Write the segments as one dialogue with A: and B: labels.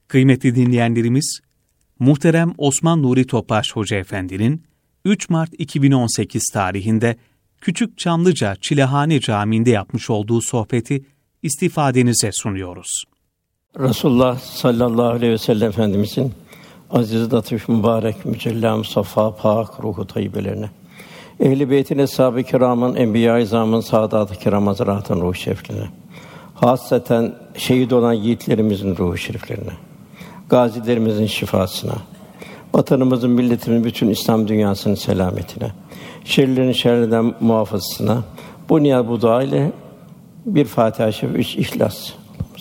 A: Kıymetli dinleyenlerimiz, muhterem Osman Nuri Topbaş Hoca Efendi'nin 3 Mart 2018 tarihinde Küçük Çamlıca Çilehane Camii'nde yapmış olduğu sohbeti istifadenize sunuyoruz.
B: Resulullah sallallahu aleyhi ve sellem Efendimizin aziz, latif, mübarek, mücella, musaffa, pak, ruhu tayyibelerine, Ehl-i Beyt'in, eshab-ı kiramın, enbiya-i izamın, saadat-ı kiram hazretlerinin ruhu şeriflerine, hasreten şehit olan yiğitlerimizin ruhu şeriflerine, gazilerimizin şifasına, vatanımızın, milletimizin, bütün İslam dünyasının selametine, şerlerin şerrinden muhafazasına, bu niyaz, bu dua ile bir Fatiha-i Şerif, 3 İhlas.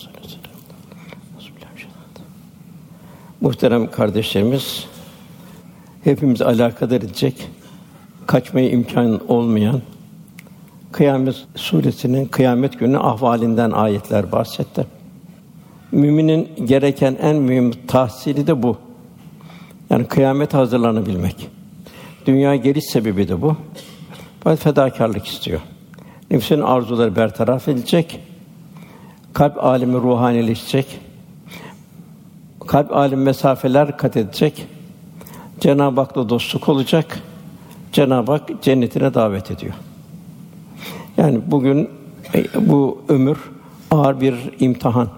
B: Muhterem kardeşlerimiz, hepimiz alakadar edecek, kaçmaya imkân olmayan Kıyamet Sûresinin kıyamet günü ahvalinden ayetler bahsetti. Müminin gereken en mühim tahsili de bu. Yani kıyamete hazırlanabilmek. Dünya geliş sebebi de bu. Fakat fedakârlık istiyor. Nefsinin arzuları bertaraf edilecek, kalp âlemi ruhanileşecek, kalp âlemi mesafeler kat edecek, Cenab-ı Hak'la dostluk olacak, Cenab-ı Hak cennetine davet ediyor. Yani bugün bu ömür ağır bir imtihan.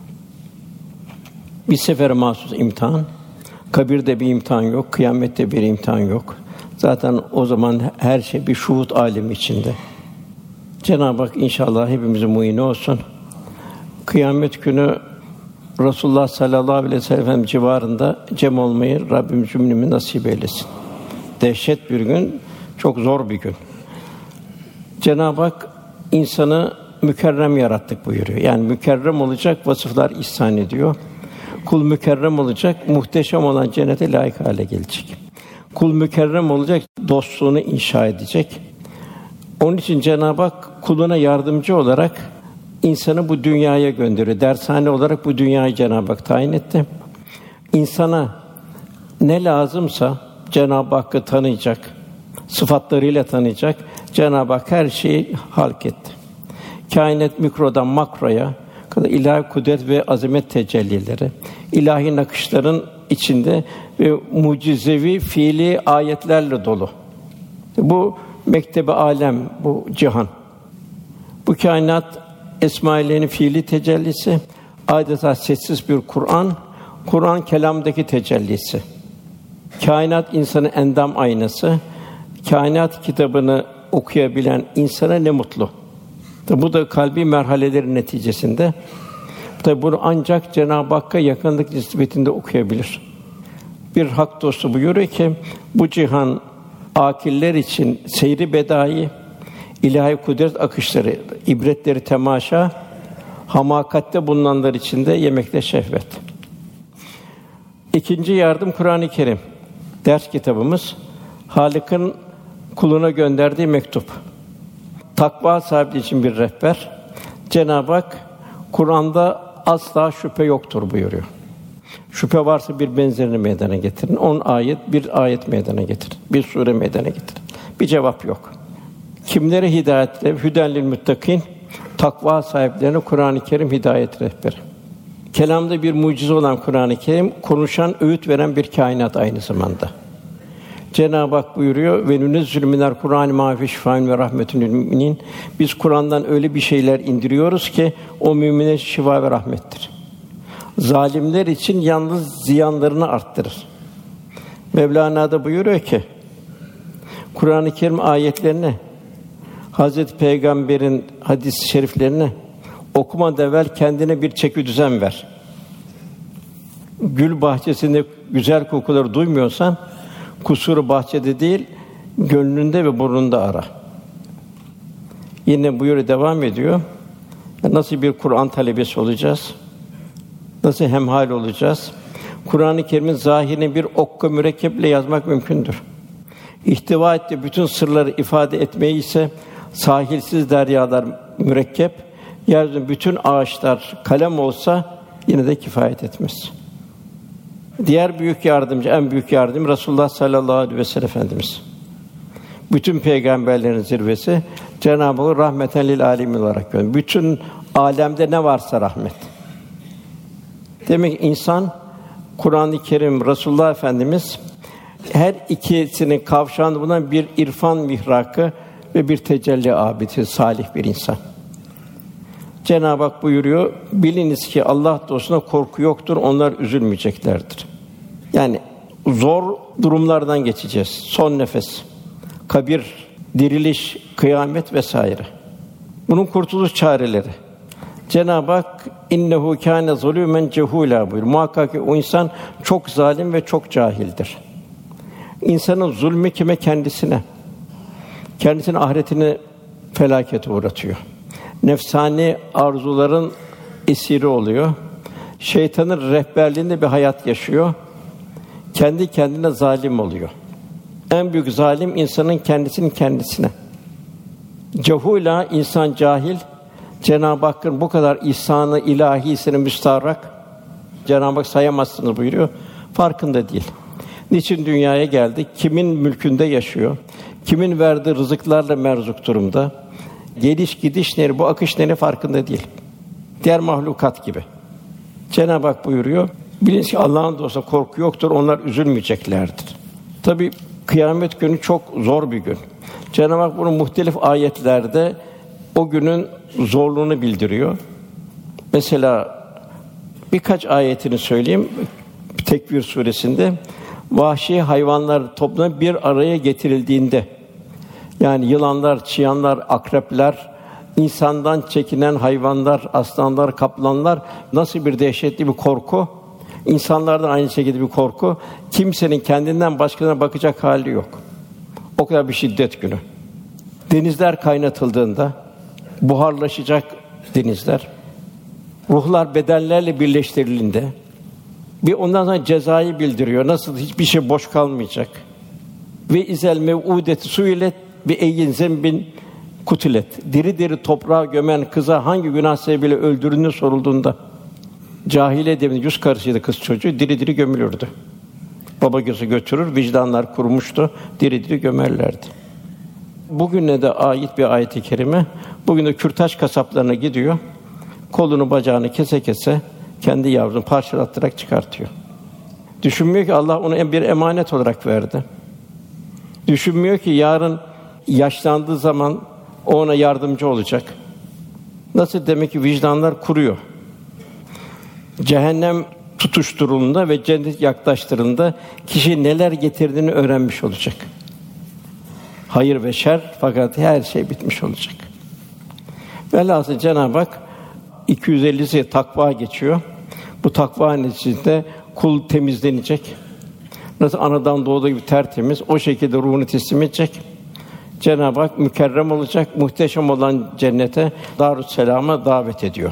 B: Bir sefere mahsus imtihan. Kabirde bir imtihan yok, kıyamette bir imtihan yok. Zaten o zaman her şey bir şuhud âlemi içinde. Cenab-ı Hak inşallah hepimize muîn olsun. Kıyamet günü Resulullah sallallahu aleyhi ve sellem civarında cem olmayı Rabbim cümlemize nasip eylesin. Dehşet bir gün, çok zor bir gün. Cenab-ı Hak insanı mükerrem yarattık buyuruyor. Yani mükerrem olacak vasıflar ihsan ediyor. Kul mükerrem olacak, muhteşem olan cennete layık hale gelecek. Kul mükerrem olacak, dostluğunu inşa edecek. Onun için Cenab-ı Hak kuluna yardımcı olarak insanı bu dünyaya gönderiyor. Dershane olarak bu dünyayı Cenab-ı Hak tayin etti. İnsana ne lazımsa Cenab-ı Hakk'ı tanıyacak, sıfatlarıyla tanıyacak. Cenab-ı Hak her şeyi halk etti. Kainat mikrodan makroya kadar ilahi kudret ve azamet tecellileri, ilahi nakışların içinde ve mucizevi fiili ayetlerle dolu. Bu mektebe alem, bu cihan. Bu kainat esma-i fiili tecellisi, adeta sessiz bir Kur'an, Kur'an kelamdaki tecellisi. Kainat insanın endam aynası. Kainat kitabını okuyabilen insana ne mutlu. Bu da kalbi merhalelerin neticesinde. Tabi bunu ancak Cenab-ı Hakk'a yakınlık nispetinde okuyabilir. Bir hak dostu buyuruyor ki, bu cihan âkiller için seyri bedâi, ilahi kudret akışları, ibretleri temaşa, hamakatte bulunanlar için de yemekte şehvet. İkinci yardım Kur'an-ı Kerim. Ders kitabımız, Hâlik'in kuluna gönderdiği mektup. Takva sahibi için bir rehber. Cenab-ı Hak Kur'an'da asla şüphe yoktur buyuruyor. Şüphe varsa bir benzerini meydana getirin. 10 ayet, bir ayet meydana getirin. Bir sure meydana getirin. Bir cevap yok. Kimlere hidayetle hüden lil muttaqin, takva sahiplerine Kur'an-ı Kerim hidayet rehberi. Kelamda bir mucize olan Kur'an-ı Kerim, konuşan, öğüt veren bir kainat aynı zamanda. Cenab-ı Hak buyuruyor ve nünezzilü minel Kur'an-ı mâ fihi şifâun ve rahmetun lil müminin. Biz Kur'an'dan öyle bir şeyler indiriyoruz ki o mümine şifa ve rahmettir. Zalimler için yalnız ziyanlarını arttırır. Mevlana da buyuruyor ki Kur'an-ı Kerim ayetlerini, Hazreti Peygamber'in hadis-i şeriflerini okumadan evvel kendine bir çekidüzen ver. Gül bahçesinde güzel kokuları duymuyorsan, kusuru bahçede değil, gönlünde ve burnunda ara. Yine buyuruyor, devam ediyor. Nasıl bir Kur'an talebesi olacağız? Nasıl hemhal olacağız? Kur'an-ı Kerim'in zahirini bir okka mürekkeple yazmak mümkündür. İhtiva ettiği bütün sırları ifade etmeyi ise sahilsiz deryalar mürekkep, yeryüzünde bütün ağaçlar kalem olsa yine de kifayet etmez. Diğer büyük yardımcı, en büyük yardım Resulullah sallallahu aleyhi ve sellem Efendimiz. Bütün peygamberlerin zirvesi, Cenab-ı Hak rahmeten lil âlemin olarak gönderiyor. Bütün âlemde ne varsa rahmet. Demek ki insan, Kur'an-ı Kerim, Resulullah Efendimiz her ikisinin kavşağında bulunan bir irfan mihrakı ve bir tecelli abidi, salih bir insan. Cenab-ı Hak buyuruyor, biliniz ki Allah dostuna korku yoktur, onlar üzülmeyeceklerdir. Yani zor durumlardan geçeceğiz. Son nefes, kabir, diriliş, kıyamet vesaire. Bunun kurtuluş çareleri. Cenab-ı Hak innehu kâne zulûmen cehûlâ buyuruyor. Muhakkak ki o insan çok zalim ve çok cahildir. İnsanın zulmü kime? Kendisine. Kendisinin ahiretini felakete uğratıyor. Nefsani arzuların esiri oluyor. Şeytanın rehberliğinde bir hayat yaşıyor. Kendi kendine zalim oluyor. En büyük zalim insanın kendisinin kendisine. Cehûlâ, insan cahil. Cenab-ı Hakk'ın bu kadar ihsanı ilahisine müstarak, Cenab-ı Hak sayamazsınız buyuruyor. Farkında değil. Niçin dünyaya geldi? Kimin mülkünde yaşıyor? Kimin verdiği rızıklarla merzuk durumda? Geliş gidiş neri, bu akış neri farkında değil. Diğer mahlukat gibi. Cenab-ı Hak buyuruyor, bilin ki Allah'ın dostuna korku yoktur, onlar üzülmeyeceklerdir. Tabii kıyamet günü çok zor bir gün. Cenab-ı Hak bunu muhtelif ayetlerde o günün zorluğunu bildiriyor. Mesela birkaç ayetini söyleyeyim. Tekvir suresinde vahşi hayvanlar toplanıp bir araya getirildiğinde, yani yılanlar, çıyanlar, akrepler, insandan çekinen hayvanlar, aslanlar, kaplanlar, nasıl bir dehşetli bir korku, insanlardan aynı şekilde bir korku, kimsenin kendinden başkalarına bakacak hali yok. O kadar bir şiddet günü. Denizler kaynatıldığında, buharlaşacak denizler, ruhlar bedenlerle birleştirildiğinde, bir ondan sonra cezayı bildiriyor. Nasıl hiçbir şey boş kalmayacak. Ve izel mev'udeti suilet bi eyyin zembin kutilet. Diri diri toprağa gömen kıza hangi günah sebebiyle öldürüldüğünü sorulduğunda, cahiliye devrinde yüz karısıydı kız çocuğu, diri diri gömülürdü. Baba gözü götürür, vicdanlar kurumuştu, diri diri gömerlerdi. Bugüne de ait bir ayet-i kerime. Bugün de kürtaj kasaplarına gidiyor. Kolunu bacağını kese kese kendi yavrusunu parçalattırarak çıkartıyor. Düşünmüyor ki Allah onu bir emanet olarak verdi. Düşünmüyor ki yarın yaşlandığı zaman o ona yardımcı olacak. Nasıl demek ki vicdanlar kuruyor. Cehennem tutuşturulduğunda ve cennet yaklaştırıldığında kişi neler getirdiğini öğrenmiş olacak. Hayır ve şer, fakat her şey bitmiş olacak. Velhâsıl Cenab-ı Hak 250'si takva geçiyor. Bu takva neticesinde kul temizlenecek. Nasıl anadan doğduğu gibi tertemiz, o şekilde ruhunu teslim edecek. Cenab-ı Hak mükerrem olacak, muhteşem olan cennete, Darüsselam'a davet ediyor.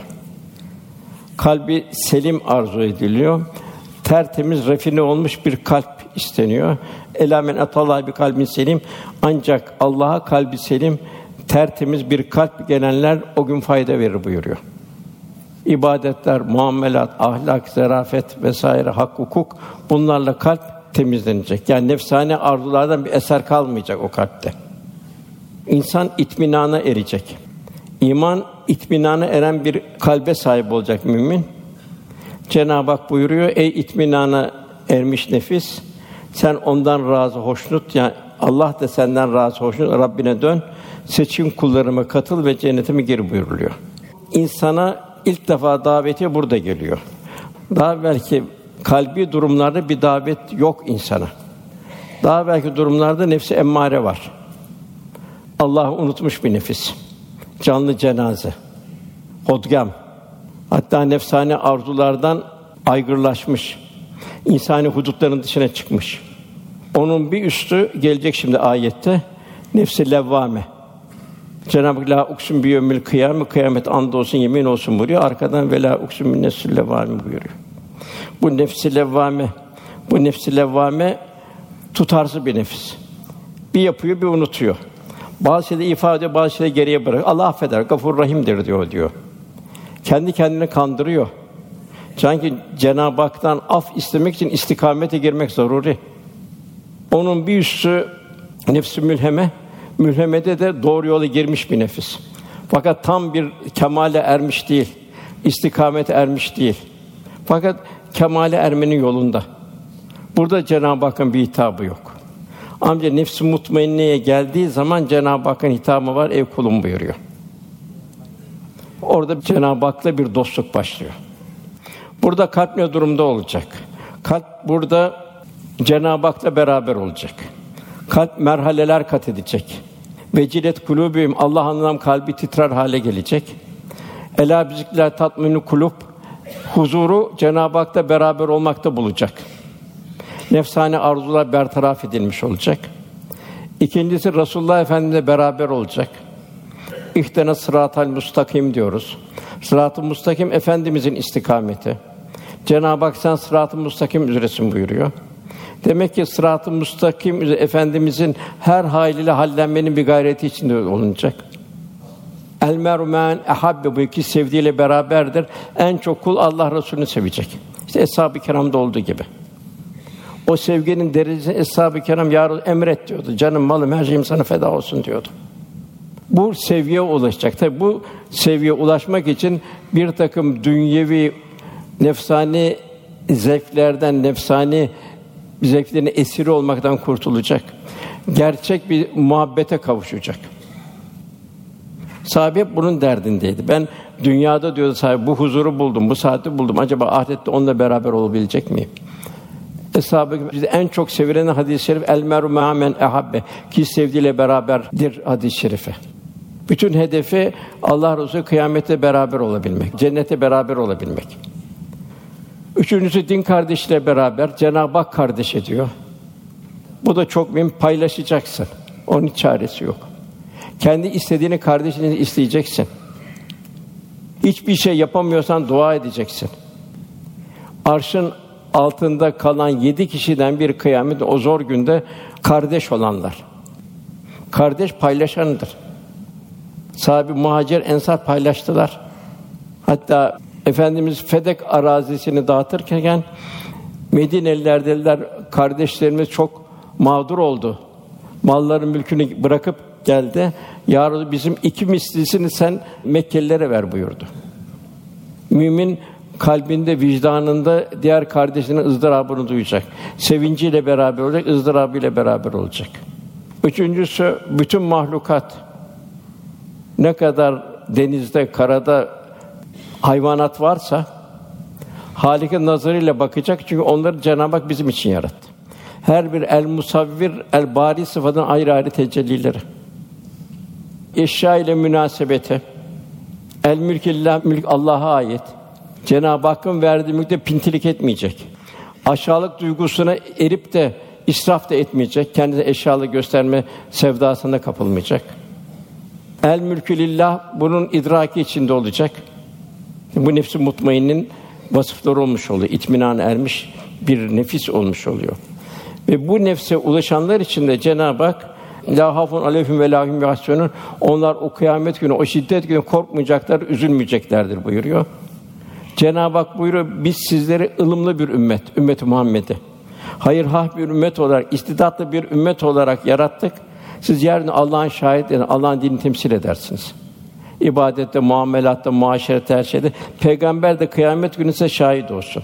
B: Kalbi selim arzu ediliyor. Tertemiz, refine olmuş bir kalp isteniyor. Elâ men atallâhe bi kalbin selim. Ancak Allah'a kalbi selim, tertemiz bir kalp gelenler o gün fayda verir buyuruyor. İbadetler, muamelat, ahlak, zarafet vesaire, hak, hukuk, bunlarla kalp temizlenecek. Yani nefsane arzulardan bir eser kalmayacak o kalpte. İnsan itminana erecek. İman itminana eren bir kalbe sahip olacak mümin. Cenab-ı Hak buyuruyor: ey itminana ermiş nefis, sen ondan razı hoşnut, yani Allah da senden razı hoşnut, Rabbine dön, seçkin kullarıma katıl ve cennetime gir buyuruluyor. İnsana ilk defa daveti burada geliyor. Daha belki kalbi durumlarda bir davet yok insana. Daha belki durumlarda nefsi emmare var. Allah'ı unutmuş bir nefis. Canlı cenaze. Hodgam. Hatta nefsane arzulardan aygırlaşmış. İnsani hudutların dışına çıkmış. Onun bir üstü gelecek şimdi ayette. Nefs-i levvame. Cenab-ı Hak la uksun bi yevmil kıyamet, kıyamet andolsun yemin olsun buyuruyor. Arkadan ve la uksun bin nefs-i levvame buyuruyor. Bu nefs-i levvame, bu nefs-i levvame tutarsız bir nefis. Bir yapıyor, bir unutuyor. Bazı şeyleri ifade ediyor, bazı şeyleri geriye bırakıyor. Allah affeder, Gafur Rahim'dir diyor. Kendi kendini kandırıyor. Sanki Cenab-ı Hak'tan af istemek için istikamete girmek zaruri. Onun bir üstü nefs-i mülheme, mülhemede de doğru yola girmiş bir nefis. Fakat tam bir kemale ermiş değil, istikamete ermiş değil. Fakat kemale ermenin yolunda. Burada Cenab-ı Hakk'ın bir hitabı yok. Ancak nefs-i mutmainneye geldiği zaman Cenab-ı Hakk'ın hitabı var, ey kulum buyuruyor. Orada Cenab-ı Hak'la bir dostluk başlıyor. Burada kalp ne durumda olacak? Kalp burada Cenab-ı Hak'la beraber olacak. Kalp merhaleler kat edecek. Vecilet kulûbühüm, Allah anlam kalbi titrer hale gelecek. Elâ bizikrillah tatminu kulûb, huzuru Cenab-ı Hak'la beraber olmakta bulacak. Nefsani arzular bertaraf edilmiş olacak. İkincisi Resulullah Efendimizle beraber olacak. İhtena sıratal mustakim diyoruz. Sırat-ı mustakim Efendimizin istikameti. Cenab-ı Hak sen sırat-ı mustakim üzeresin buyuruyor. Demek ki sırat-ı mustakim üzere Efendimizin her haliyle hallenmenin bir gayreti içinde olunacak. El meru men ehabbe, bu iki sevdiğiyle beraberdir. En çok kul Allah Resulü'nü sevecek. İşte Eshab-ı Kiram'da olduğu gibi. O sevginin derecesi Eshab-ı Kiram ya Resulallah emret diyordu. Canım, malım, her şeyim sana feda olsun diyordu. Bu seviyeye ulaşacak. Tabii bu seviyeye ulaşmak için bir takım dünyevi, nefsani zevklerden, nefsani zevklerin esiri olmaktan kurtulacak. Gerçek bir muhabbete kavuşacak. Sahabe hep bunun derdindeydi. Ben dünyada diyordu sahabe, bu huzuru buldum, bu saati buldum. Acaba ahirette onunla beraber olabilecek miyim? Eshab-ı bizi en çok sevilen hadis-i şerif el meru ma'a men ehabbe, ki sevdiğiyle beraberdir hadis-i şerifi. Bütün hedefi Allah Resulü kıyamette beraber olabilmek, cennete beraber olabilmek. Üçüncüsü din kardeşiyle beraber Cenab-ı Hak kardeş ediyor. Bu da çok mühim, paylaşacaksın. Onun çaresi yok. Kendi istediğini kardeşinin isteyeceksin. Hiçbir şey yapamıyorsan dua edeceksin. Arşın altında kalan 7 kişiden bir kıyamet, o zor günde kardeş olanlar. Kardeş paylaşandır. Sahabe-i muhacir, ensar paylaştılar. Hatta Efendimiz Fedek arazisini dağıtırken Medineliler dediler, kardeşlerimiz çok mağdur oldu. Malların mülkünü bırakıp geldi. Ya Resulallah, bizim 2 mislisini sen Mekkelilere ver buyurdu. Mümin kalbinde, vicdanında diğer kardeşinin ızdırabını duyacak. Sevinciyle beraber olacak, ızdırabıyla beraber olacak. Üçüncüsü, bütün mahlukat, ne kadar denizde, karada hayvanat varsa Hâlik'in nazarıyla bakacak, çünkü onları Cenab-ı Hak bizim için yarattı. Her bir el musavvir, el bari sıfatının ayrı ayrı tecellileri. Eşya ile münasebeti, el mülk lillah, mülk Allah'a ait. Cenab-ı Hakk'ın verdiği mülkte pintilik etmeyecek. Aşağılık duygusuna erip de israf da etmeyecek. Kendini eşyalı gösterme sevdasına kapılmayacak. El mülkü lillah, bunun idraki içinde olacak. Bu nefs-i mutmainnin vasıfları olmuş oluyor. İtminana ermiş bir nefis olmuş oluyor. Ve bu nefse ulaşanlar için de Cenab-ı Hak la hafun aleyhim ve la hum yahzunun, onlar o kıyamet günü, o şiddet günü korkmayacaklar, üzülmeyeceklerdir buyuruyor. Cenab-ı Hak buyuruyor, biz sizleri ılımlı bir ümmet, ümmeti Muhammed'i hayırhah bir ümmet olarak, istidatlı bir ümmet olarak yarattık. Siz yarın Allah'ın şahitleri, Allah'ın dinini temsil edersiniz. İbadette, muamelatta, muaşerette, her şeyde. Peygamber de kıyamet günü size şahit olsun.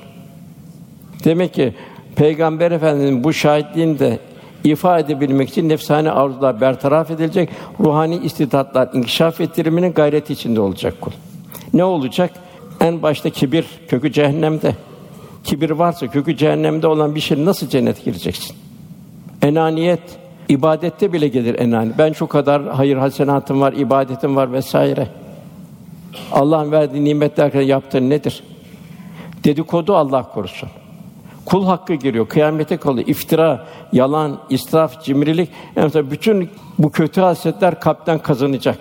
B: Demek ki Peygamber Efendimiz'in bu şahitliğini de ifade edebilmek için nefsani arzular bertaraf edilecek, ruhani istidatlar inkişaf ettirmenin gayreti içinde olacak kul. Ne olacak? En başta kibir, kökü cehennemde. Kibir varsa, kökü cehennemde olan bir şey nasıl cennete gireceksin? Enaniyet, ibadette bile gelir enaniyet. Ben şu kadar hayır hasenatım var, ibadetim var vesaire. Allah'ın verdiği nimetler yaptığın nedir? Dedikodu Allah korusun. Kul hakkı giriyor, kıyamete kalıyor. İftira, yalan, israf, cimrilik. Yani bütün bu kötü hasletler kalpten kazanacak.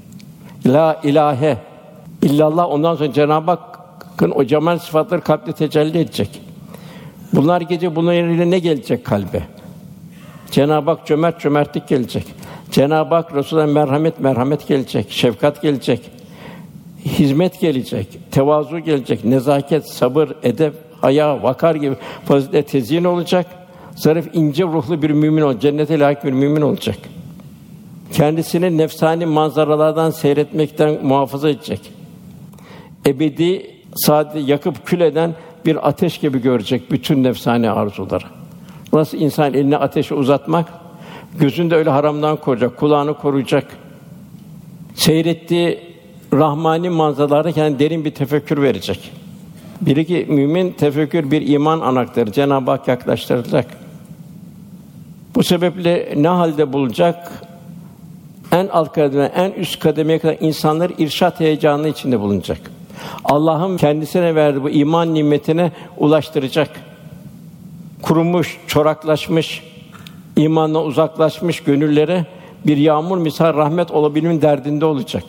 B: La ilahe illallah, ondan sonra Cenab-ı Hakk'ın o cemal sıfatları kalpte tecelli edecek. Bunlar gece bunların yerine ne gelecek kalbe? Cenab-ı Hak cömertlik gelecek. Cenab-ı Hak Resulullah'a merhamet gelecek, şefkat gelecek. Hizmet gelecek, tevazu gelecek, nezaket, sabır, edep, haya, vakar gibi fazilet tezyin olacak. Zarif, ince ruhlu bir mümin olacak, cennete layık bir mümin olacak. Kendisini nefsani manzaralardan seyretmekten muhafaza edecek. Ebedi saadeti yakıp kül eden bir ateş gibi görecek bütün nefsani arzuları. Nasıl insan elini ateşe uzatmak, gözünde öyle haramdan koruyacak, kulağını koruyacak. Seyrettiği rahmani manzaralarda kendine derin bir tefekkür verecek. Biri ki mümin tefekkür bir iman anahtarı, Cenab-ı Hak yaklaştıracak. Bu sebeple ne halde bulacak? En alt kademe, en üst kademeye kadar insanları irşad heyecanı içinde bulunacak. Allah'ın kendisine verdiği bu iman nimetine ulaştıracak. Kurumuş, çoraklaşmış, imanla uzaklaşmış gönüllere bir yağmur misal rahmet olabilmenin derdinde olacak.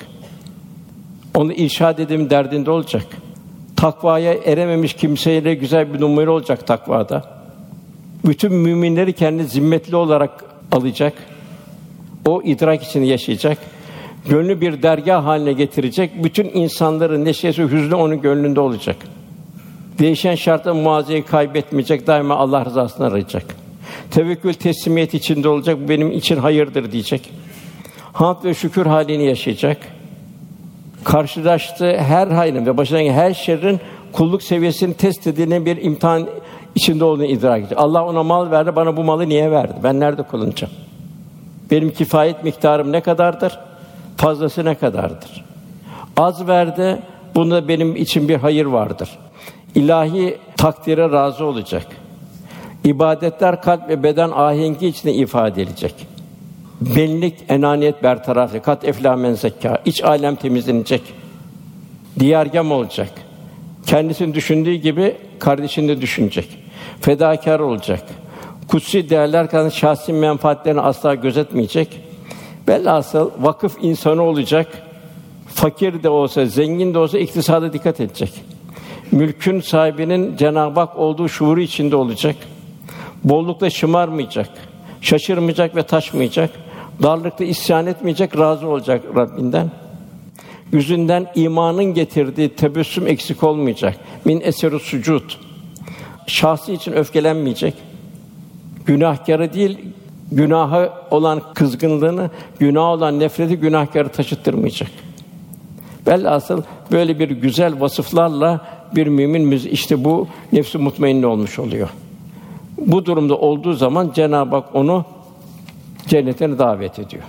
B: Onu irşad edemin derdinde olacak. Takvaya erememiş kimseyle güzel bir numara olacak takvada. Bütün müminleri kendi zimmetli olarak alacak. O idrak içinde yaşayacak. Gönlü bir dergâh haline getirecek. Bütün insanların neşesi, hüznü onun gönlünde olacak. Değişen şartla muazeyi kaybetmeyecek. Daima Allah rızasını arayacak. Tevekkül, teslimiyet içinde olacak. Bu benim için hayırdır diyecek. Hamd ve şükür halini yaşayacak. Karşılaştığı her hayrın ve başına gelen her şerrin kulluk seviyesini test edildiğine bir imtihan içinde olduğunu idrak edecek. Allah ona mal verdi, bana bu malı niye verdi? Ben nerede kullanacağım? Benim kifayet miktarım ne kadardır? Fazlası ne kadardır? Az verdi, bunda benim için bir hayır vardır. İlahi takdire razı olacak. İbadetler kalp ve beden ahengi içinde ifade edilecek. Benlik, enaniyet bertaraf, kat eflâ men zekkâ, iç alem temizlenecek. Diyargâm olacak. Kendisini düşündüğü gibi kardeşini de düşünecek. Fedakâr olacak. Kutsi değerler kadar şahsi menfaatlerini asla gözetmeyecek. Velhasıl vakıf insanı olacak. Fakir de olsa, zengin de olsa iktisada dikkat edecek. Mülkün sahibinin Cenab-ı Hak olduğu şuuru içinde olacak. Bollukta şımarmayacak, şaşırmayacak ve taşmayacak. Darlıkta isyan etmeyecek, razı olacak Rabbinden. Yüzünden imanın getirdiği tebessüm eksik olmayacak. Min eserus sucud. Şahsı için öfkelenmeyecek. Günahkârı değil, günaha olan kızgınlığını, günah olan nefreti günahkârı taşıttırmayacak. Velhasıl böyle bir güzel vasıflarla bir mümin işte bu nefs-i mutmainne olmuş oluyor. Bu durumda olduğu zaman Cenab-ı Hak onu cennetine davet ediyor.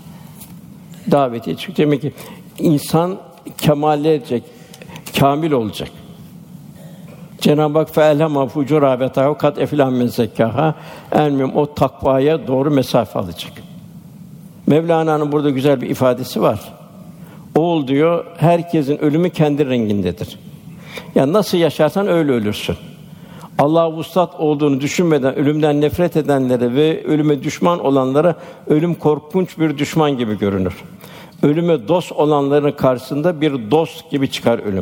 B: Davet ediyor. Demek ki insan kemale edecek, kâmil olacak. Cenab-ı Hak fe'elhema fucura ve tahu kat eflâ men zekkâha, o takvaya doğru mesafe alacak. Mevlana'nın burada güzel bir ifadesi var. Oğul diyor, herkesin ölümü kendi rengindedir. Yani nasıl yaşarsan öyle ölürsün. Allah'a vuslat olduğunu düşünmeden ölümden nefret edenlere ve ölüme düşman olanlara ölüm korkunç bir düşman gibi görünür. Ölüme dost olanların karşısında bir dost gibi çıkar ölüm.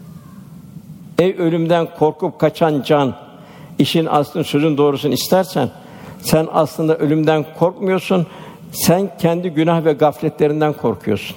B: Ey ölümden korkup kaçan can, işin aslını, sözün doğrusunu istersen, sen aslında ölümden korkmuyorsun, sen kendi günah ve gafletlerinden korkuyorsun.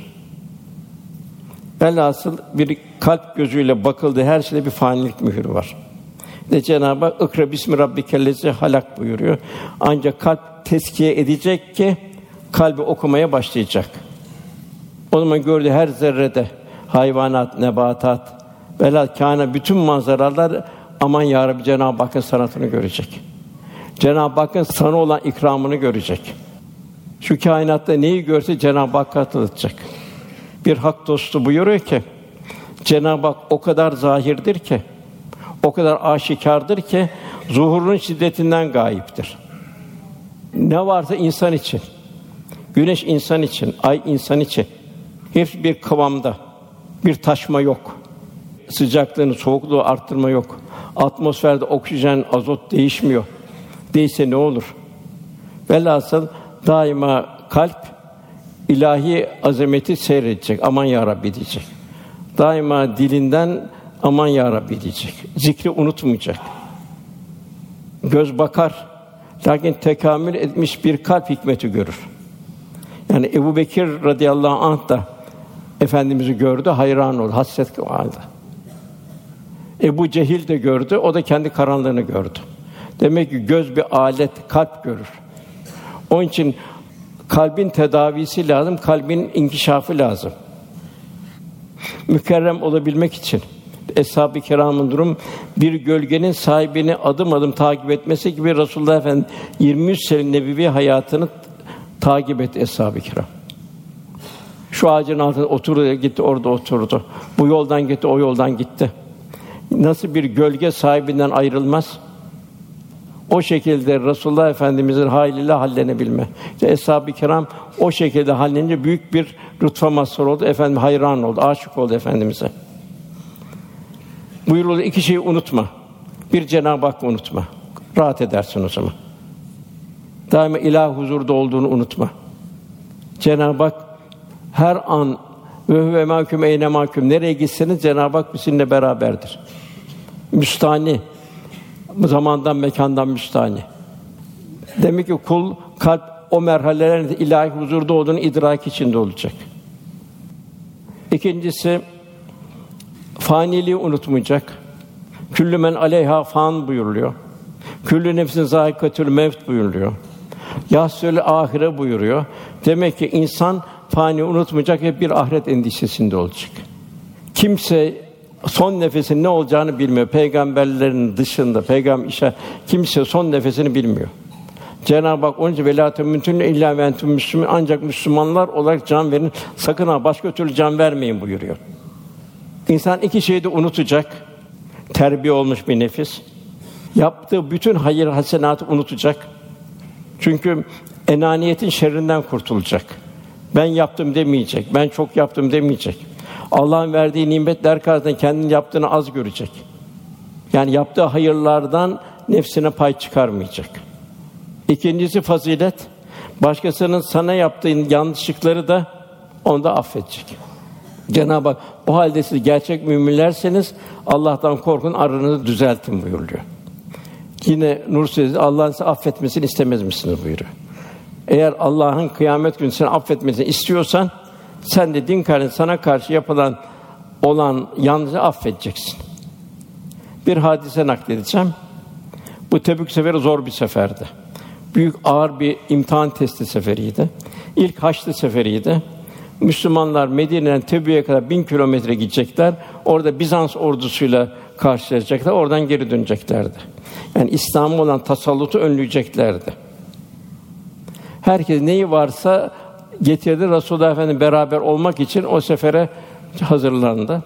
B: Velhasıl bir kalp gözüyle bakıldığı her şeyde bir fanilik mührü var. Ve Cenab-ı Hak "İkra bismi rabbikellezî halak" buyuruyor. Ancak kalp tezkiye edecek ki kalbi okumaya başlayacak. O zaman gördüğü her zerrede hayvanat, nebatat, velhâsıl kâne bütün manzaralar aman ya Rabbi Cenab-ı Hakk'ın sanatını görecek. Cenab-ı Hakk'ın sana olan ikramını görecek. Şu kainatta neyi görse Cenab-ı Hakk'a hatırlatacak. Bir hak dostu buyuruyor ki Cenab-ı Hak o kadar zahirdir ki, o kadar aşikârdır ki zuhurun şiddetinden gâiptir. Ne varsa insan için, güneş insan için, ay insan için, hepsi bir kıvamda, bir taşma yok. Sıcaklığını, soğukluğu arttırma yok. Atmosferde oksijen, azot değişmiyor. Değişse ne olur? Velhasıl daima kalp ilahi azameti seyredecek. Aman ya Rabbi diyecek. Daima dilinden aman ya Rabbi diyecek. Zikri unutmayacak. Göz bakar, lakin tekamül etmiş bir kalp hikmeti görür. Yani Ebubekir radıyallahu anh da Efendimiz'i gördü, hayran oldu, hasret vardı. Ebu Cehil de gördü, o da kendi karanlığını gördü. Demek ki göz bir alet, kalp görür. Onun için kalbin tedavisi lazım, kalbin inkişafı lazım. Mükerrem olabilmek için, Eshab-ı kiramın durum bir gölgenin sahibini adım adım takip etmesi gibi Resulullah Efendimiz 23 sene nebevi hayatını takip etti eshab-ı kiram. Şu ağacın altında oturdu, gitti orada oturdu. Bu yoldan gitti, o yoldan gitti. Nasıl bir gölge sahibinden ayrılmaz? O şekilde Resulullah Efendimizin haliyle hallenebilme. İşte eshab-ı kiram o şekilde hallenince büyük bir lütfa mazhar oldu. Efendim hayran oldu, aşık oldu Efendimiz'e. Buyuruldu, iki şeyi unutma. Bir, Cenab-ı Hakk'ı unutma. Rahat edersin o zaman. Daima ilah huzurda olduğunu unutma. Cenab-ı Hak her an ve huve mâkûm eyne mâkûm, nereye gitseniz Cenab-ı Hak sizinle beraberdir. Müstâni, zamandan mekandan müstâni. Demek ki kul kalp o merhalelerin ilahi huzurda olduğunu idrak içinde olacak. İkincisi, faniliği unutmayacak. Küllü men aleyhâ fan buyuruluyor. Küllü nefsin zâikatül mevt buyuruluyor. Yahsül âhire buyuruyor. Demek ki insan fani unutmayacak ve bir ahiret endişesinde olacak. Kimse son nefesin ne olacağını bilmiyor. Peygamberlerin dışında, kimse son nefesini bilmiyor. Cenab-ı Hak onun için velâ temûtunne illâ ve entüm müslümûn, ancak Müslümanlar olarak can verin, sakın ha başka türlü can vermeyin buyuruyor. İnsan iki şeyi de unutacak. Terbiye olmuş bir nefis. Yaptığı bütün hayır hasenatı unutacak. Çünkü enaniyetin şerrinden kurtulacak. Ben yaptım demeyecek. Ben çok yaptım demeyecek. Allah'ın verdiği nimetler karşısında kendinin yaptığını az görecek. Yani yaptığı hayırlardan nefsine pay çıkarmayacak. İkincisi fazilet. Başkasının sana yaptığı yanlışlıkları da onda affedecek. Cenab-ı Hak o halde siz gerçek müminlerseniz Allah'tan korkun, aranızı düzeltin buyuruyor. Yine Nur Suresi Allah'ın sizi affetmesini istemez misiniz buyuruyor. Eğer Allah'ın kıyamet günü seni affetmesini istiyorsan sen de din karşısında sana karşı yapılan olan yanlışı affedeceksin. Bir hadise nakledeceğim. Bu Tebük seferi zor bir seferdi. Büyük ağır bir imtihan testi seferiydi. İlk Haçlı seferiydi. Müslümanlar Medine'den Tebük'e kadar 1000 kilometre gidecekler. Orada Bizans ordusuyla karşılaşacaklar. Oradan geri döneceklerdi. Yani İslam'a olan tasallutu önleyeceklerdi. Herkes neyi varsa getirdi, Resulullah Efendimiz beraber olmak için o sefere hazırlandı.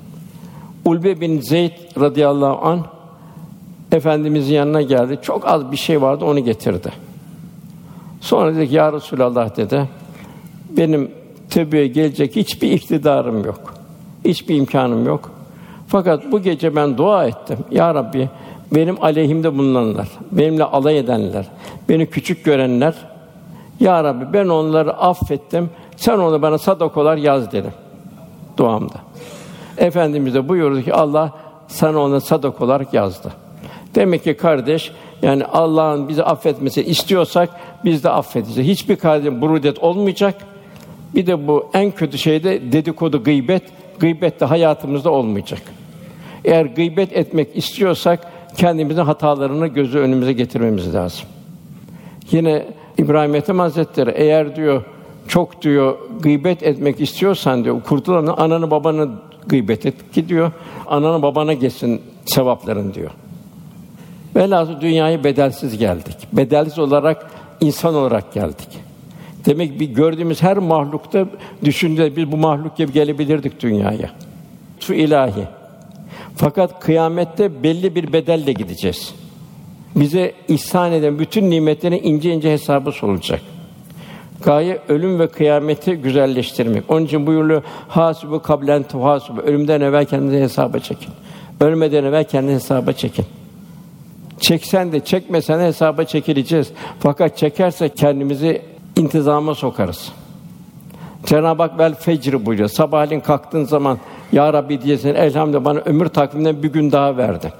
B: Ulbe bin Zeyd radıyallahu anh Efendimizin yanına geldi. Çok az bir şey vardı, onu getirdi. Sonra dedi ki, ya Resulallah dedi, benim Tebük'e gelecek hiçbir iktidarım yok. Hiçbir imkânım yok. Fakat bu gece ben dua ettim. Ya Rabbi, benim aleyhimde bulunanlar, benimle alay edenler, beni küçük görenler, ya Rabbi ben onları affettim. Sen onu bana sadakolar yaz dedim duamda. Efendimiz de buyurdu ki Allah sana onu sadak olarak yazdı. Demek ki kardeş, yani Allah'ın bizi affetmesini istiyorsak biz de affedeceğiz. Hiçbir kardeşin burudet olmayacak. Bir de bu en kötü şey de dedikodu, gıybet. Gıybet de hayatımızda olmayacak. Eğer gıybet etmek istiyorsak kendimizin hatalarını gözü önümüze getirmemiz lazım. Yine İbrahim Ethem Hazretleri eğer diyor çok diyor gıybet etmek istiyorsan diyor kurtulanı ananı babanı gıybet et ki diyor ananı babana geçsin sevapların diyor. Velhâsıl dünyaya bedelsiz geldik. Bedelsiz olarak insan olarak geldik. Demek bir gördüğümüz her mahlukta düşünce biz bu mahluk gibi gelebilirdik dünyaya. Şu ilahi. Fakat kıyamette belli bir bedelle gideceğiz. Bize ihsan eden bütün nimetlerin ince ince hesabı sorulacak. Gaye ölüm ve kıyameti güzelleştirmek. Onun için buyuruyor: "Hâsibû kablen tuhâsibû." Ölümden evvel kendinizi hesaba çekin. Ölmeden evvel kendinizi hesaba çekin. Çeksen de çekmesen de hesaba çekileceğiz. Fakat çekersek kendimizi intizama sokarız. Cenab-ı Hak vel fecr buyuruyor. Sabahleyin kalktığın zaman ya Rabbi diyeceksin, elhamdülillah bana ömür takviminden bir gün daha verdi.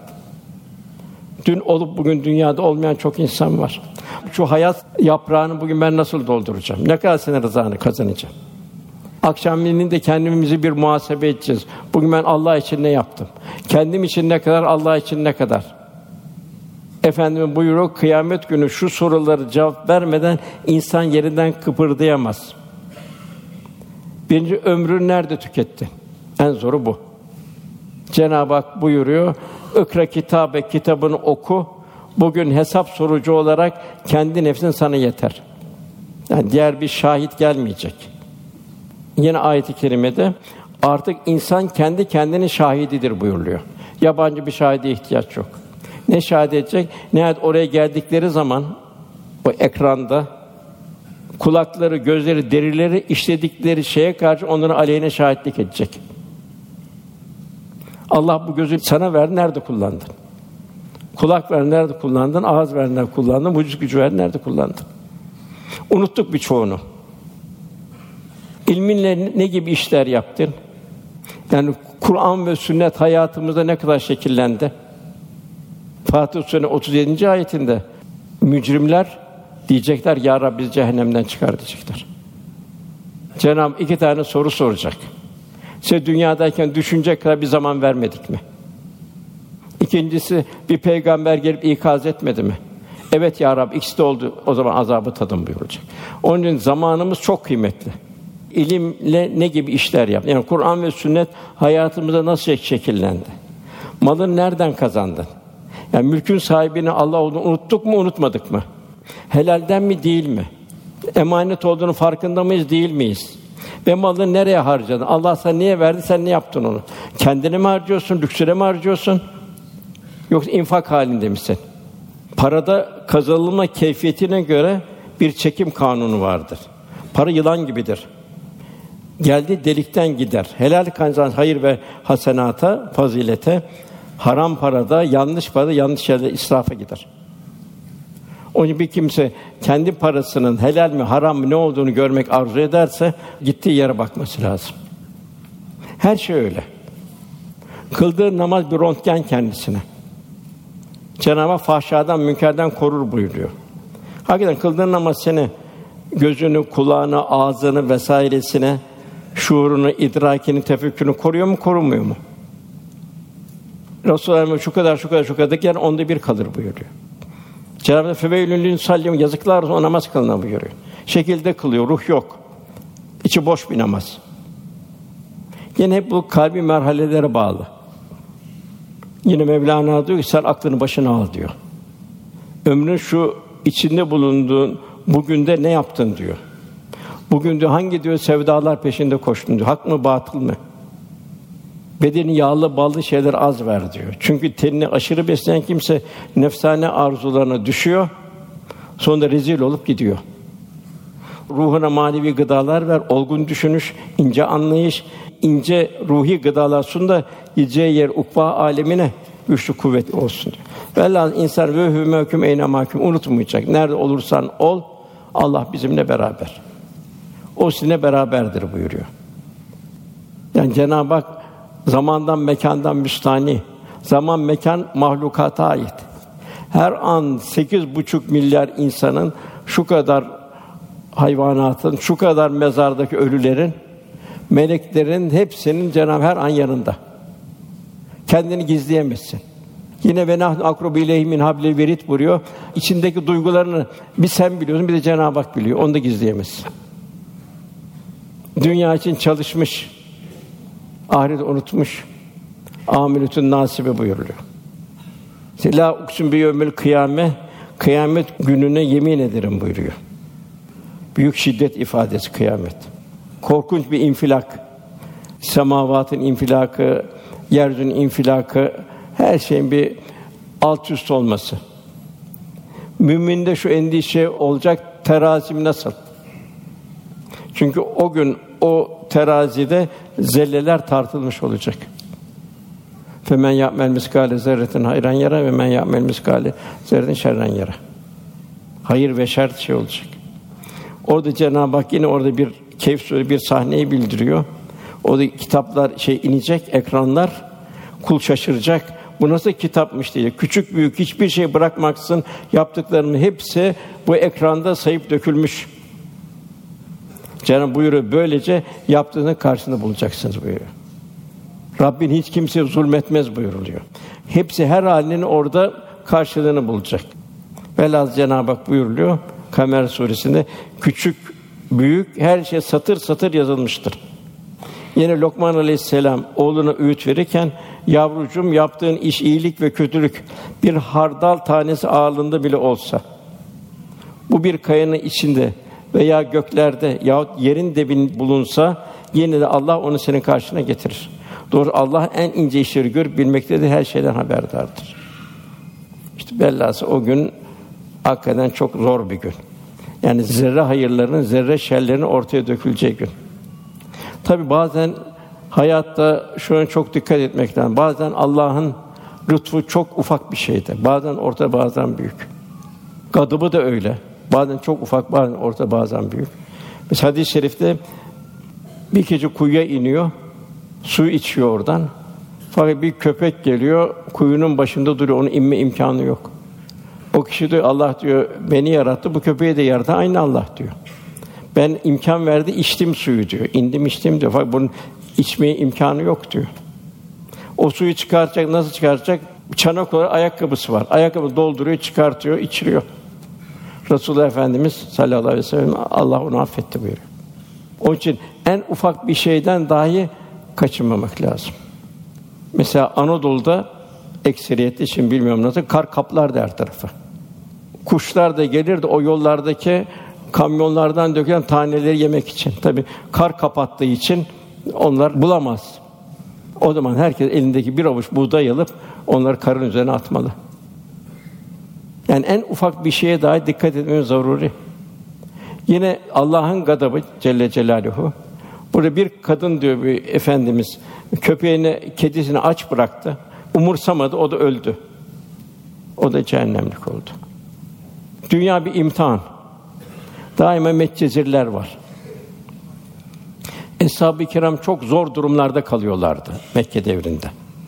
B: Dün olup bugün dünyada olmayan çok insan var. Şu hayat yaprağını bugün ben nasıl dolduracağım? Ne kadar senin rızanı kazanacağım? Akşamleyin de kendimizi bir muhasebe edeceğiz. Bugün ben Allah için ne yaptım? Kendim için ne kadar, Allah için ne kadar? Efendimiz buyuruyor, kıyamet günü şu soruları cevap vermeden insan yerinden kıpırdayamaz. Birinci, ömrünü nerede tüketti? En zoru bu. Cenab-ı Hak buyuruyor, "İkra kitabe, kitabını oku. Bugün hesap sorucu olarak kendi nefsin sana yeter." Yani diğer bir şahit gelmeyecek. Yine ayet-i kerimede artık insan kendi kendinin şahididir buyuruluyor. Yabancı bir şahide ihtiyaç yok. Ne şahit edecek? Nihayet oraya geldikleri zaman o ekranda kulakları, gözleri, derileri işledikleri şeye karşı onların aleyhine şahitlik edecek. Allah bu gözü sana verdi, nerede kullandın? Kulak ver, nerede kullandın? Ağız ver, nerede kullandın? Vücut gücü ver, nerede kullandın? Unuttuk birçoğunu. İlminle ne gibi işler yaptın? Yani Kur'an ve sünnet hayatımızda ne kadar şekillendi? Fatır Suresi 37. ayetinde mücrimler diyecekler, "Ya Rabbi bizi cehennemden çıkar." diyecekler. Cenab-ı Hak 2 tane soru soracak. Size dünyadayken düşünecek kadar bir zaman vermedik mi? İkincisi, bir peygamber gelip ikaz etmedi mi? Evet ya Rabbi, ikisi de oldu. O zaman azabı tadın buyuracak. Onun için zamanımız çok kıymetli. İlimle ne gibi işler yap? Yani Kur'an ve sünnet hayatımızda nasıl şekillendi? Malını nereden kazandın? Yani mülkün sahibini Allah olduğunu unuttuk mu, unutmadık mı? Helalden mi, değil mi? Emanet olduğunu farkında mıyız, değil miyiz? Ve malını nereye harcadın? Allah sana niye verdi, sen ne yaptın onu? Kendine mi harcıyorsun, lüksüne mi harcıyorsun? Yoksa infak halinde misin? Parada kazanılma keyfiyetine göre bir çekim kanunu vardır. Para yılan gibidir. Geldiği delikten gider. Helal kazanan hayır ve hasenata, fazilete, haram parada, yanlış parada, yanlış yerde israfa gider. Onun için bir kimse kendi parasının helal mi, haram mı, ne olduğunu görmek arzu ederse gittiği yere bakması lazım. Her şey öyle. Kıldığı namaz bir röntgen kendisine. Cenab-ı Hak fahşadan, münkerden korur buyuruyor. Hakikaten kıldığın namaz seni gözünü, kulağını, ağzını vesairesine, şuurunu, idrakini, tefekkürünü koruyor mu, korumuyor mu? Resulullah şu kadar yani 1/10 kalır buyuruyor. Cenab-ı Hak "Feveylün linsallîm" yazıklar olsun o namaz kılına buyuruyor. Şekilde kılıyor, ruh yok. İçi boş bir namaz. Yine hep bu kalbi merhalelere bağlı. Yine Mevlana diyor ki sen aklını başına al diyor. Ömrün şu içinde bulunduğun bugün de ne yaptın diyor. Bugün diyor hangi diyor sevdalar peşinde koştun diyor. Hak mı, batıl mı? Bedeni yağlı, ballı şeyler az ver diyor. Çünkü tenini aşırı besleyen kimse nefsane arzularına düşüyor. Sonra rezil olup gidiyor. Ruhuna manevi gıdalar ver, olgun düşünüş, ince anlayış, ince ruhi gıdalar sun da gideceği yer ukba alemine güçlü kuvvetli olsun diyor. Velhâsıl insan ve hü mevkûm eyne mahkûm unutmayacak. Nerede olursan ol, Allah bizimle beraber. O sizinle beraberdir buyuruyor. Yani Cenab-ı Hak zamandan, mekândan müstâni. Zaman, mekan mahlukata ait. Her an 8,5 milyar insanın, şu kadar hayvanatın, şu kadar mezardaki ölülerin, meleklerin hepsinin Cenab-ı her an yanında. Kendini gizleyemezsin. Yine ve nahnu akrubu ileyhi min hablil verid buyuruyor. İçindeki duygularını bir sen biliyorsun, bir de Cenab-ı Hak biliyor. Onu da gizleyemezsin. Dünya için çalışmış, ahireti unutmuş. Âmiletün nâsibe buyuruluyor. Lâ uksim biyevmil kıyâme, kıyamet gününe yemin ederim buyuruyor. Büyük şiddet ifadesi kıyamet. Korkunç bir infilak. Semavatın infilakı, yeryüzünün infilakı, her şeyin bir alt üst olması. Müminde şu endişe olacak, terazim nasıl? Çünkü o gün o terazide zelleler tartılmış olacak. Femen ya'mel miskâle zerretin hayran yara ve men ya'mel miskâle zerretin şerren yara. Hayır ve şer şey olacak. Orada Cenab-ı Hak yine orada bir Kehf Suresi bir sahneyi bildiriyor. Orada kitaplar inecek, ekranlar, kul şaşıracak. Bu nasıl kitapmış diye. Küçük büyük hiçbir şey bırakmaksızın yaptıklarının hepsi bu ekranda sayıp dökülmüş. Cenab-ı Hak buyuruyor, böylece yaptığının karşılığını bulacaksınız buyuruyor. Rabbin hiç kimseye zulmetmez buyuruluyor. Hepsi her halinin orada karşılığını bulacak. Velhâsıl Cenab-ı Hak buyuruluyor Kamer Suresi'nde küçük büyük her şey satır satır yazılmıştır. Yine Lokman Aleyhisselam oğluna öğüt verirken yavrucuğum yaptığın iş iyilik ve kötülük bir hardal tanesi ağırlığında bile olsa, bu bir kayanın içinde veya göklerde yahut yerin dibinde bulunsa, yine de Allah onu senin karşına getirir. Doğru, Allah en ince işleri görüp bilmektedir, her şeyden haberdardır. İşte bellası o gün hakikaten çok zor bir gün. Yani zerre hayırların, zerre şerlerin ortaya döküleceği gün. Tabii bazen hayatta şuna çok dikkat etmek lazım. Bazen Allah'ın lütfu çok ufak bir şeydir. Bazen orta, bazen büyük. Gadabı da öyle. Bazen çok ufak, bazen orta, bazen büyük. Mesela hadis-i şerifte bir gece kuyuya iniyor, su içiyor oradan. Fakat bir köpek geliyor, kuyunun başında duruyor. Onun inme imkânı yok. O kişi diyor, Allah diyor, beni yarattı, bu köpeği de yarattı, aynı Allah diyor. Ben imkân verdi, içtim suyu diyor. İndim içtim diyor. Fakat bunun içmeye imkânı yok diyor. O suyu çıkartacak, nasıl çıkartacak? Çanak olarak ayakkabısı var. Ayakkabı dolduruyor, çıkartıyor, içiriyor. Resulullah Efendimiz sallallahu aleyhi ve sellem Allah onu affetti buyuruyor. Onun için en ufak bir şeyden dahi kaçınmamak lazım. Mesela Anadolu'da ekseriyeti için bilmiyorum nasıl kar kaplardı her tarafı. Kuşlar da gelirdi o yollardaki kamyonlardan dökülen taneleri yemek için. Tabii kar kapattığı için onlar bulamaz. O zaman herkes elindeki bir avuç buğday alıp onları karın üzerine atmalı. Yani en ufak bir şeye dahi dikkat etmemiz zaruri. Yine Allah'ın gadabı Celle Celaluhu. Burada bir kadın diyor bir efendimiz köpeğini, kedisini aç bıraktı. Umursamadı, o da öldü. O da cehennemlik oldu. Dünya bir imtihan. Daima metcezirler var. Eshab-ı kiram çok zor durumlarda kalıyorlardı Mekke devrinde.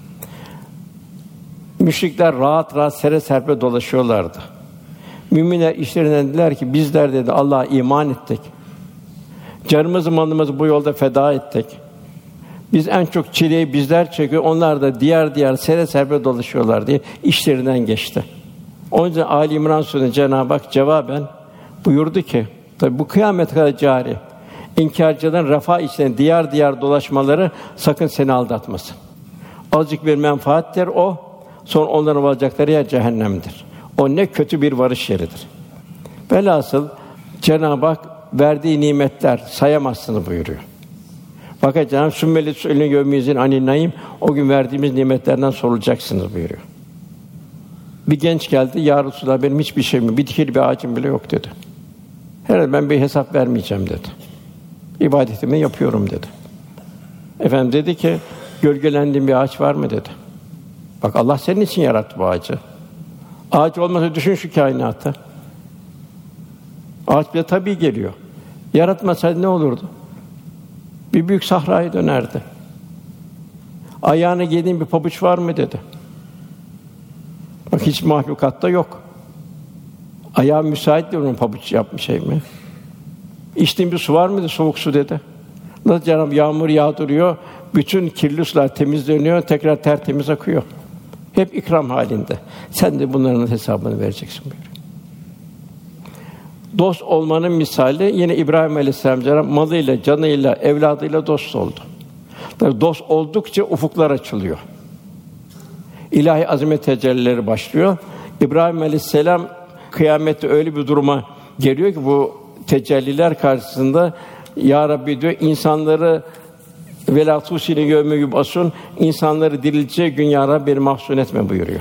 B: Müşrikler rahat rahat sere serpe dolaşıyorlardı. Müminler işlerinden dediler ki bizler dedi Allah'a iman ettik. Canımızı malımızı bu yolda feda ettik. Biz en çok çileyi bizler çekiyor. Onlar da diğer sere serpe dolaşıyorlar diye işlerinden geçti. Onun için Ali İmran Suresi'nde Cenab-ı Hak cevaben buyurdu ki tabi bu kıyamet kadar cari. İnkârcıların refah içinde diğer dolaşmaları sakın seni aldatmasın. Azıcık bir menfaattir o. Sonra onların varacakları yer cehennemdir. O ne kötü bir varış yeridir. Velhasıl Cenab-ı Hak verdiği nimetler sayamazsınız buyuruyor. Fakat Cenab-ı Hak sümmeli söylene gömüyüzün anin naim o gün verdiğimiz nimetlerden sorulacaksınız buyuruyor. Bir genç geldi, ya Resulallah benim hiçbir şeyim yok, bir dikili bir ağacım bile yok dedi. Herhalde ben bir hesap vermeyeceğim dedi. İbadetimi yapıyorum dedi. Efendim dedi ki gölgelendiğin bir ağaç var mı dedi. Bak Allah senin için yarattı bu ağacı. Ağaç olmasa düşün şu kainatı. Ağaç bile tabii geliyor. Yaratmasaydı ne olurdu? Bir büyük sahraya dönerdi. Ayağına giydiğin bir pabuç var mı dedi. Bak hiç mahlukatta yok. Ayağı müsait de onun pabuç yapmış şey mi? İçtiğin bir su var mıydı? Soğuk su dedi. Nasıl Cenab-ı yağmur yağdırıyor, bütün kirli sular temizleniyor, tekrar tertemiz akıyor. Hep ikram halinde. Sen de bunların hesabını vereceksin buyuruyor. Dost olmanın misali yine İbrahim Aleyhisselam Cenab-ı malıyla, canıyla, evladıyla dost oldu. Tabii dost oldukça ufuklar açılıyor. İlahi azamet tecellileri başlıyor. İbrahim Aleyhisselam kıyamette öyle bir duruma geliyor ki bu tecelliler karşısında ya Rabbi diyor insanları velâ tusîne yevme yub'asûn insanları dirilteceği gün ya Rabbi beni mahzun etme buyuruyor.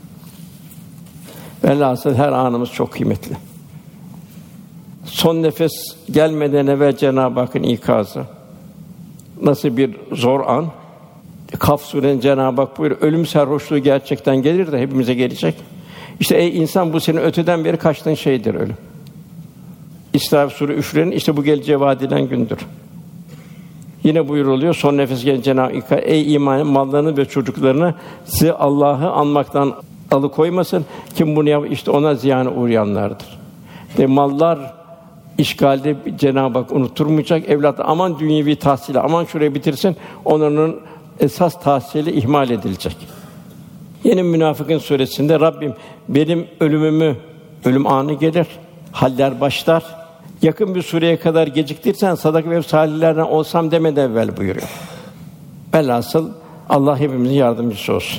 B: Velhâsıl her anımız çok kıymetli. Son nefes gelmeden evvel Cenab-ı Hakk'ın ikazı. Nasıl bir zor an. Kaf Sûresinde Cenab-ı Hak buyuruyor, ölüm sarhoşluğu gerçekten gelir de hepimize gelecek. İşte ey insan bu senin öteden beri kaçtığın şeydir ölüm. İsra Sûre üflerin işte bu geleceğe vaad edilen gündür. Yine buyuruluyor son nefes gelince Cenab-ı Hak ey imanın mallarını ve çocuklarını sizi Allah'ı anmaktan alıkoymasın. Kim bunu yapar işte ona ziyana uğrayanlardır. Ve mallar işgalde Cenab-ı Hak unutturmayacak. Evlat aman dünyevi tahsili aman şurayı bitirsin. Onların esas tahsili ihmal edilecek. Yine Münafıkın suresinde Rabbim benim ölüm anı gelir. Haller başlar. Yakın bir süreye kadar geciktirsen sadaka ve salihlerden olsam demeden evvel buyuruyor. Velhasıl Allah hepimizin yardımcısı olsun.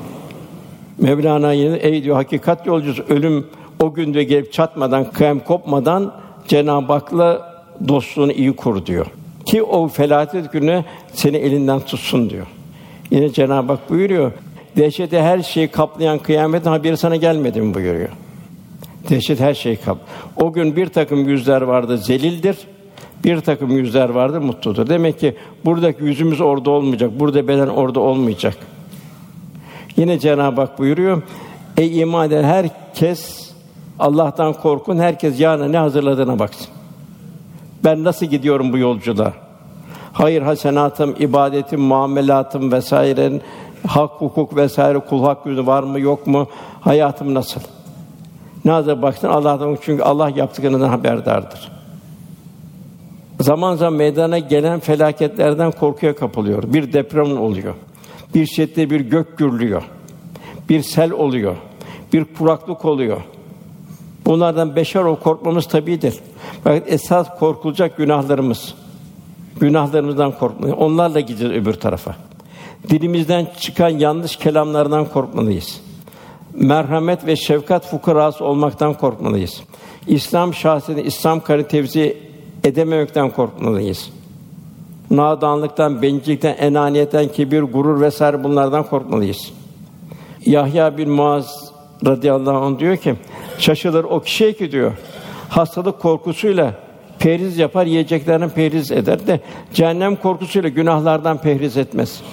B: Mevlana yine ey diyor hakikat yolcusu, ölüm o günde gelip çatmadan, kıyam kopmadan Cenab-ı Hak'la dostluğunu iyi kur diyor. Ki o felaket günü seni elinden tutsun diyor. Yine Cenab-ı Hak buyuruyor. Dehşeti her şeyi kaplayan kıyametin haberi sana gelmedi mi buyuruyor. Dehşet her şeyi O gün bir takım yüzler vardı zelildir. Bir takım yüzler vardı mutludur. Demek ki buradaki yüzümüz orada olmayacak. Burada beden orada olmayacak. Yine Cenab-ı Hak buyuruyor. Ey iman eden herkes Allah'tan korkun. Herkes yarına ne hazırladığına baksın. Ben nasıl gidiyorum bu yolculuğa? Hayır hasenatım, ibadetim, muamelatım vesairenin hak, hukuk vesaire kul hakkı var mı yok mu? Hayatım nasıl? Ne hazır baksın Allah'tan çünkü Allah yaptıklarından haberdardır. Zaman zaman meydana gelen felaketlerden korkuya kapılıyor. Bir deprem oluyor. Bir şiddetli bir gök gürlüyor. Bir sel oluyor. Bir kuraklık oluyor. Bunlardan beşer ol korkmamız tabiidir. Fakat esas korkulacak günahlarımız. Günahlarımızdan korkmalıyız. Onlarla gideceğiz öbür tarafa. Dilimizden çıkan yanlış kelamlardan korkmalıyız. Merhamet ve şefkat fukarası olmaktan korkmalıyız. İslam şahsiyetini İslam karı tevzi edememekten korkmalıyız. Nadanlıktan, bencillikten, enaniyetten, kibir, gurur vesaire bunlardan korkmalıyız. Yahya bin Muaz radıyallahu anh diyor ki, şaşılır o kişiye ki diyor, hastalık korkusuyla perhiz yapar, yiyeceklerden perhiz eder de cehennem korkusuyla günahlardan perhiz etmez.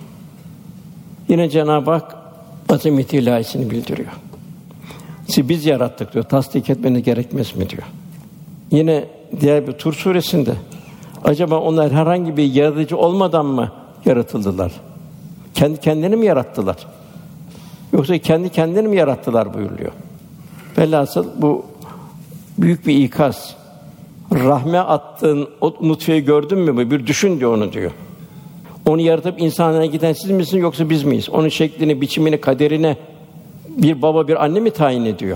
B: Yine Cenab-ı Hak azameti ilahisini bildiriyor. Sizi biz yarattık diyor, tasdik etmeniz gerekmez mi diyor. Yine diğer bir Tur suresinde acaba onlar herhangi bir yaratıcı olmadan mı yaratıldılar? Kendi kendilerini mi yarattılar? Yoksa kendi kendilerini mi yarattılar buyuruluyor. Velhasıl bu büyük bir ikaz. Rahme attığın o nutfeyi gördün mü? Bir düşün diyor onu diyor. Onu yaratıp insanlara giden siz misiniz yoksa biz miyiz? Onun şeklini, biçimini, kaderini bir baba, bir anne mi tayin ediyor?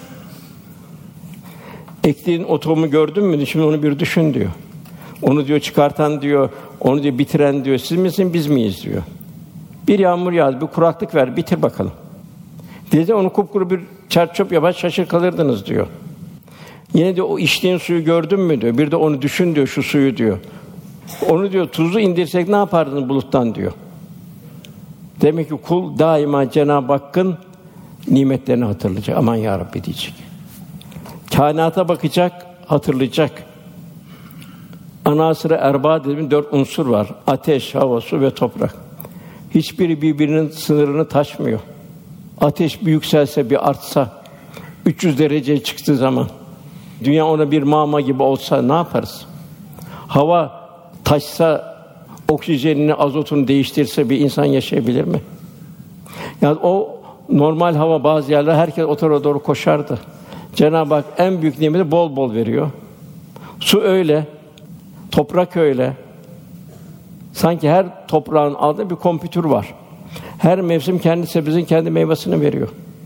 B: Ektiğin o tohumu gördün mü? Şimdi onu bir düşün diyor. Onu diyor çıkartan diyor, onu diyor bitiren diyor. Siz misiniz, biz miyiz diyor. Bir yağmur yağdı, bir kuraklık ver, bitir bakalım. Dedi onu kupkuru bir çerçöp yapar, şaşır kalırdınız diyor. Yine de o içtiğin suyu gördün mü diyor. Bir de onu düşün diyor, şu suyu diyor. Onu diyor tuzlu indirsek ne yapardın buluttan diyor. Demek ki kul daima Cenab-ı Hakk'ın nimetlerini hatırlayacak. Aman ya Rabbi diyecek. Kainata bakacak, hatırlayacak. Anasır-ı erbaa dediğimiz 4 unsur var. Ateş, hava, su ve toprak. Hiçbiri birbirinin sınırını taşmıyor. Ateş bir yükselse, bir artsa, 300 dereceye çıktığı zaman, dünya ona bir mağma gibi olsa ne yaparız? Hava taşsa, oksijenini, azotunu değiştirse bir insan yaşayabilir mi? Yani o normal hava bazı yerler herkes o tarafa doğru koşardı. Cenab-ı Hak en büyük nimeti bol bol veriyor. Su öyle, toprak öyle. Sanki her toprağın altında bir kompütür var. Her mevsim kendi sebzesini, kendi meyvesini veriyor.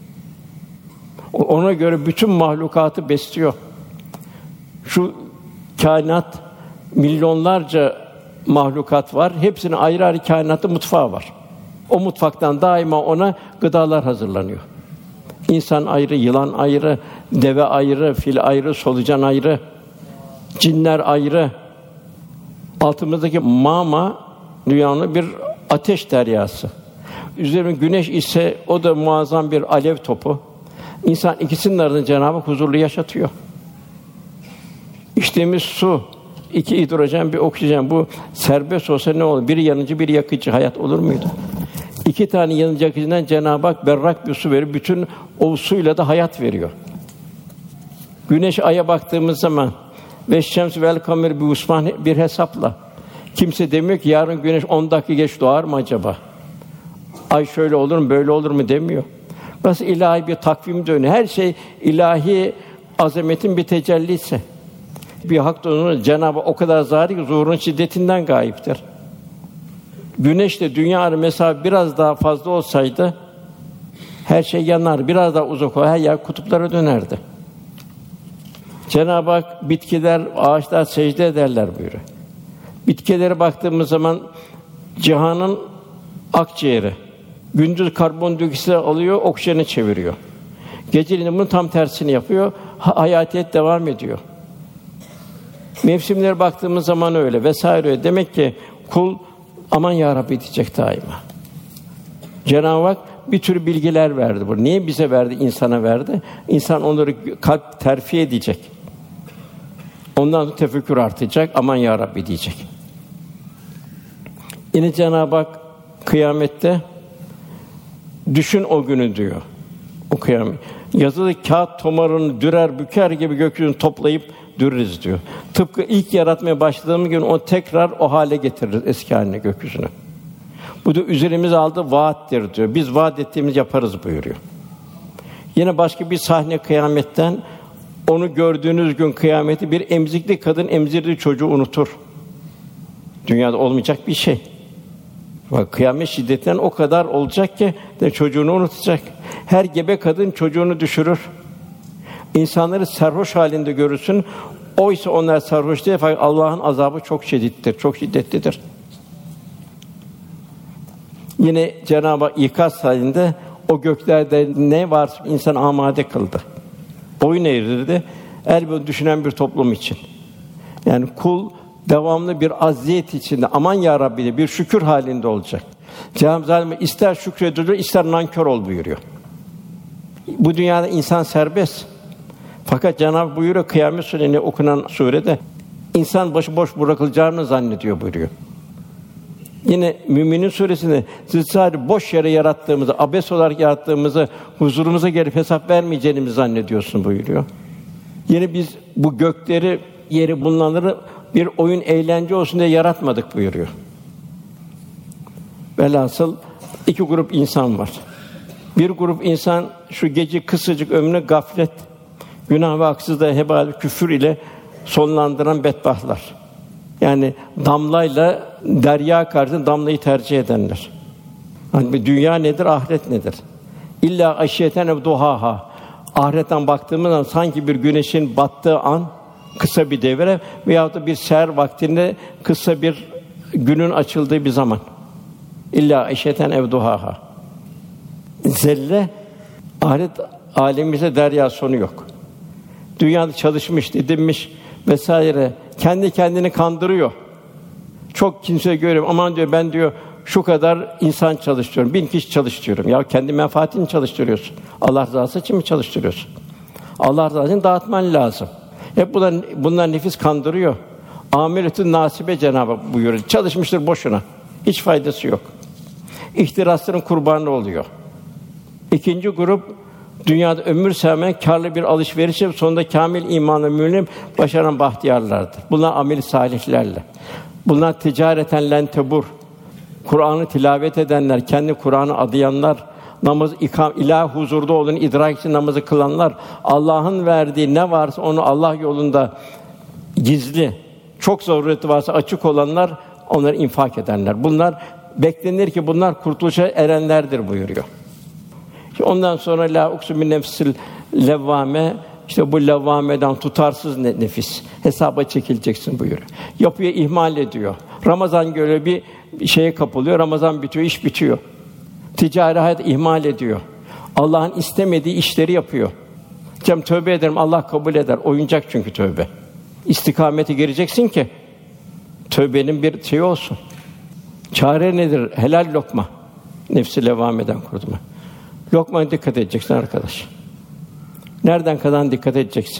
B: Ona göre bütün mahlukatı besliyor. Şu kainat milyonlarca mahlukat var. Hepsinin ayrı ayrı kainatta mutfağı var. O mutfaktan daima ona gıdalar hazırlanıyor. İnsan ayrı, yılan ayrı, deve ayrı, fil ayrı, solucan ayrı, cinler ayrı. Altımızdaki mağma dünyanın bir ateş deryası. Üzerine güneş ise o da muazzam bir alev topu. İnsan ikisinin arasında Cenab-ı Hak huzurlu yaşatıyor. İçtiğimiz su, 2 hidrojen, bir oksijen. Bu serbest olsa ne olur? Biri yanıcı, biri yakıcı. Hayat olur muydu? 2 tane yanıcı yakıcıdan Cenab-ı Hak berrak bir su verir. Bütün o suyla da hayat veriyor. Güneş, aya baktığımız zaman ve şems vel kamer bi usman bir hesapla. Kimse demiyor ki yarın güneş 10 dakika geç doğar mı acaba? Ay şöyle olur mu, böyle olur mu demiyor. Nasıl ilahi bir takvim dönüyor. Her şey ilahi azametin bir tecellisi. Bir hak dostluğu Cenab-ı Hak o kadar zahir ki zuhurun şiddetinden gayiptir. Güneş de dünya mesafe biraz daha fazla olsaydı her şey yanar, biraz daha uzak olsaydı her yer kutuplara dönerdi. Cenab-ı Hak bitkiler, ağaçlar secde ederler buyuruyor. Bitkilere baktığımız zaman cihanın akciğere. Gündüz karbondioksit alıyor, oksijene çeviriyor. Geceleyin bunun tam tersini yapıyor. Hayatiyet devam ediyor. Mevsimlere baktığımız zaman öyle vesaire. Demek ki kul aman ya Rabbi diyecek daima. Cenab-ı Hak bir tür bilgiler verdi burada. Niye bize verdi, insana verdi? İnsan onları kalp terfi edecek. Ondan sonra tefekkür artacak. Aman ya Rabbi diyecek. Yine Cenab-ı Hak kıyamette düşün o günü diyor. O kıyamet. Yazılı kağıt tomarını dürer büker gibi gökyüzünü toplayıp dürürüz diyor. Tıpkı ilk yaratmaya başladığımız gün o tekrar o hale getiririz eski haline gökyüzünü. Bu da üzerimize aldığı vaattir diyor. Biz vaat ettiğimiz yaparız buyuruyor. Yine başka bir sahne kıyametten, onu gördüğünüz gün kıyameti bir emzikli kadın emzirdiği çocuğu unutur. Dünyada olmayacak bir şey. Bak kıyamet şiddetinden o kadar olacak ki de çocuğunu unutacak. Her gebe kadın çocuğunu düşürür. İnsanları sarhoş halinde görürsün. Oysa onlar sarhoş değil fakat Allah'ın azabı çok şiddetlidir, çok şiddetlidir. Yine Cenab-ı Hak ikaz halinde o göklerde ne varsa insan amade kıldı. Boyun eğdirdi. Elbette düşünen bir toplum için. Yani kul devamlı bir aziyet içinde, aman ya Rabbi de bir şükür halinde olacak. Cenab-ı Hak ister şükrediyor, ister nankör ol buyuruyor. Bu dünyada insan serbest. Fakat Cenab-ı Hak buyuruyor Kıyamet Sûresi'nde okunan surede insan başıboş bırakılacağını zannediyor buyuruyor. Yine Müminin Sûresinde siz sadece boş yere yarattığımızı, abes olarak yarattığımızı, huzurumuza gelip hesap vermeyeceğimizi zannediyorsun buyuruyor. Yine biz bu gökleri, yeri bulunanları bir oyun, eğlence olsun diye yaratmadık buyuruyor. Velhasıl iki grup insan var. Bir grup insan şu gece kısacık ömrünü gaflet, günah ve haksızlığa hebal, küfür ile sonlandıran bedbahtlar. Yani damlayla derya karşısında damlayı tercih edenler. Hani dünya nedir, ahiret nedir? İlla aşiyeten duhaha. Ahiretten baktığımız zaman sanki bir güneşin battığı an kısa bir devre veyahut da bir seher vaktinde kısa bir günün açıldığı bir zaman. İlla aşiyeten evduhaha. Zelle ahiret alemimizde derya sonu yok. Dünyada çalışmış, didinmiş vesaire kendi kendini kandırıyor. Çok kimse görüyorum. Aman diyor ben diyor şu kadar insan çalıştırıyorum. 1000 kişi çalıştırıyorum. Ya kendi menfaatini çalıştırıyorsun. Allah rızası için mi çalıştırıyorsun? Allah rızası için dağıtman lazım. Hep bunlar nefis kandırıyor. Âmiletün nâsibe Cenab-ı Hak buyuruyor. Çalışmıştır boşuna. Hiç faydası yok. İhtirasların kurbanı oluyor. İkinci grup dünyada ömür sürmeyen kârlı bir alışveriş yapıp sonunda kâmil imanla mümin başaran bahtiyarlardır. Bunlar amel-i salihlerle. Bunlar ticareten len tebur. Kur'an'ı tilavet edenler, kendi Kur'an'ı adayanlar, namaz ilah huzurda olduğunu idrak için namazı kılanlar, Allah'ın verdiği ne varsa onu Allah yolunda gizli, çok zarureti varsa açık olanlar, onları infak edenler. Bunlar beklenir ki bunlar kurtuluşa erenlerdir buyuruyor. Ondan sonra la uksu min nefsil levvame, işte bu levvameden tutarsız nefis hesaba çekileceksin buyuruyor. Yapıya ihmal ediyor. Ramazan göre bir şeye kapılıyor. Ramazan bitiyor, iş bitiyor. Ticari hayat ihmal ediyor. Allah'ın istemediği işleri yapıyor. Cem tövbe ederim, Allah kabul eder. Oyuncak çünkü tövbe. İstikamete gireceksin ki tövbenin bir şeyi olsun. Çare nedir? Helal lokma. Nefsi levvameden kurtulma. Lokmaya dikkat edeceksin arkadaş. Nereden kadar dikkat edeceksin?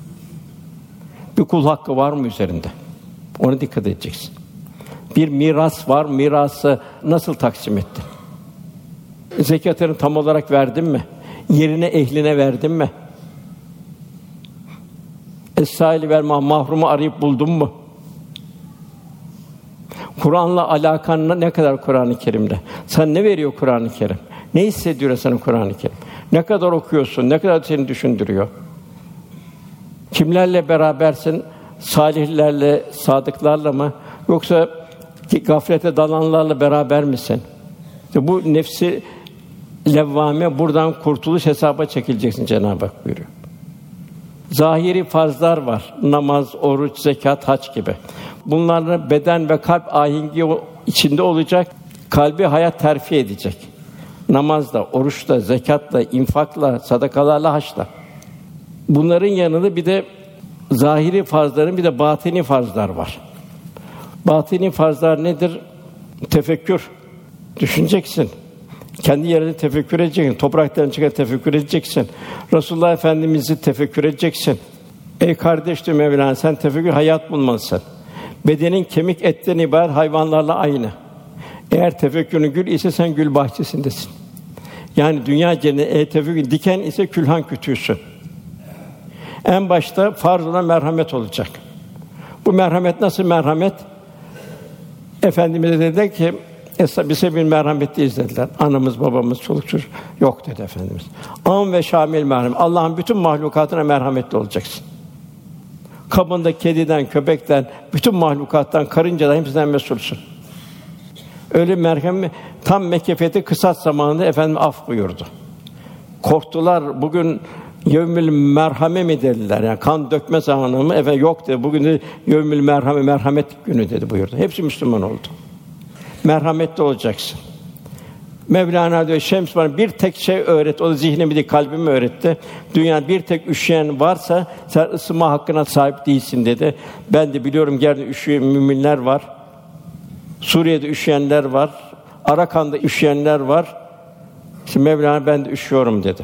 B: Bir kul hakkı var mı üzerinde? Ona dikkat edeceksin. Bir miras var, mirası nasıl taksim ettin? Zekatını tam olarak verdin mi? Yerine ehline verdin mi? Es-sâili vel mahrumu arayıp buldun mu? Kur'an'la alakan ne kadar Kur'an-ı Kerim'de? Sana ne veriyor Kur'an-ı Kerim? Ne hissediyor sana Kur'an-ı Kerim? Ne kadar okuyorsun? Ne kadar seni düşündürüyor? Kimlerle berabersin? Salihlerle, sadıklarla mı? Yoksa gaflete dalanlarla beraber misin? İşte bu nefsi levvame buradan kurtuluş hesaba çekileceksin Cenab-ı Hak buyuruyor. Zahiri farzlar var. Namaz, oruç, zekat, hac gibi. Bunların beden ve kalp ahengi içinde olacak. Kalbi hayat terfi edecek. Namazla, oruçla, zekatla, infakla, sadakalarla, haçla. Bunların yanında bir de zahiri farzların bir de batini farzlar var. Batini farzlar nedir? Tefekkür. Düşüneceksin. Kendi yerine tefekkür edeceksin. Topraktan çıkan tefekkür edeceksin. Resulullah Efendimiz'i tefekkür edeceksin. Ey kardeş diyor Mevlana, sen tefekkür hayat bulmalısın. Bedenin kemik etten ibaret, hayvanlarla aynı. Eğer tefekkürün gül ise sen gül bahçesindesin. Yani dünya cennet, tefekkür diken ise külhan kütüğüsün. En başta farz olan merhamet olacak. Bu merhamet nasıl merhamet? Efendimiz dedi ki, bize bir merhametliyiz dediler. Anamız, babamız, çoluk çocuk yok dedi Efendimiz. Am ve şamil merhamet. Allah'ın bütün mahlukatına merhametli olacaksın. Kabında kediden, köpekten, bütün mahlukattan, karıncadan hepsinden mesulsün. Öyle merhamet, tam mekefeti kısas zamanında Efendimiz af buyurdu. Korktular. Bugün yevmül merhame mi dediler? Yani kan dökme zamanı mı? Efendim yok dedi. Bugün de yevmül merhame, merhamet günü dedi buyurdu. Hepsi Müslüman oldu. Merhametli olacaksın. Mevlana diyor, Şems bana bir tek şey öğret, o da zihnimi değil, kalbimi öğretti. Dünya bir tek üşüyen varsa sen ısınma hakkına sahip değilsin dedi. Ben de biliyorum, yerde üşüyen müminler var. Suriye'de üşüyenler var. Arakan'da üşüyenler var. Şimdi Mevlana ben de üşüyorum dedi.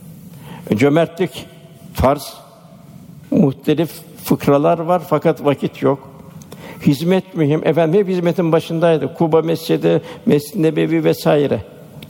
B: Cömertlik farz. Muhtelif fıkralar var fakat vakit yok. Hizmet mühim. Efendim hep hizmetin başındaydı. Kuba Mescidi, Mescid-i Nebevi vesaire.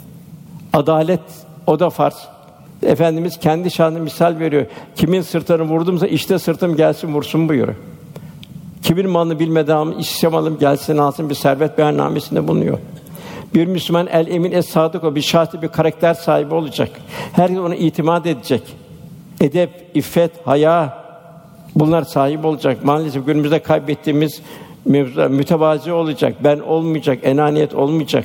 B: Adalet o da farz. Efendimiz kendi şanını misal veriyor. Kimin sırtını vurdumsa işte sırtım gelsin vursun buyuruyor. Kimin malını bilmeden işte malım gelsin alsın bir servet beyannamesinde bulunuyor. Bir Müslüman el emin es sadık o bir şahsi bir karakter sahibi olacak. Herkes ona itimat edecek. Edep, iffet, haya bunlar sahibi olacak. Maalesef günümüzde kaybettiğimiz mevzular mütevazi olacak. Ben olmayacak, enaniyet olmayacak.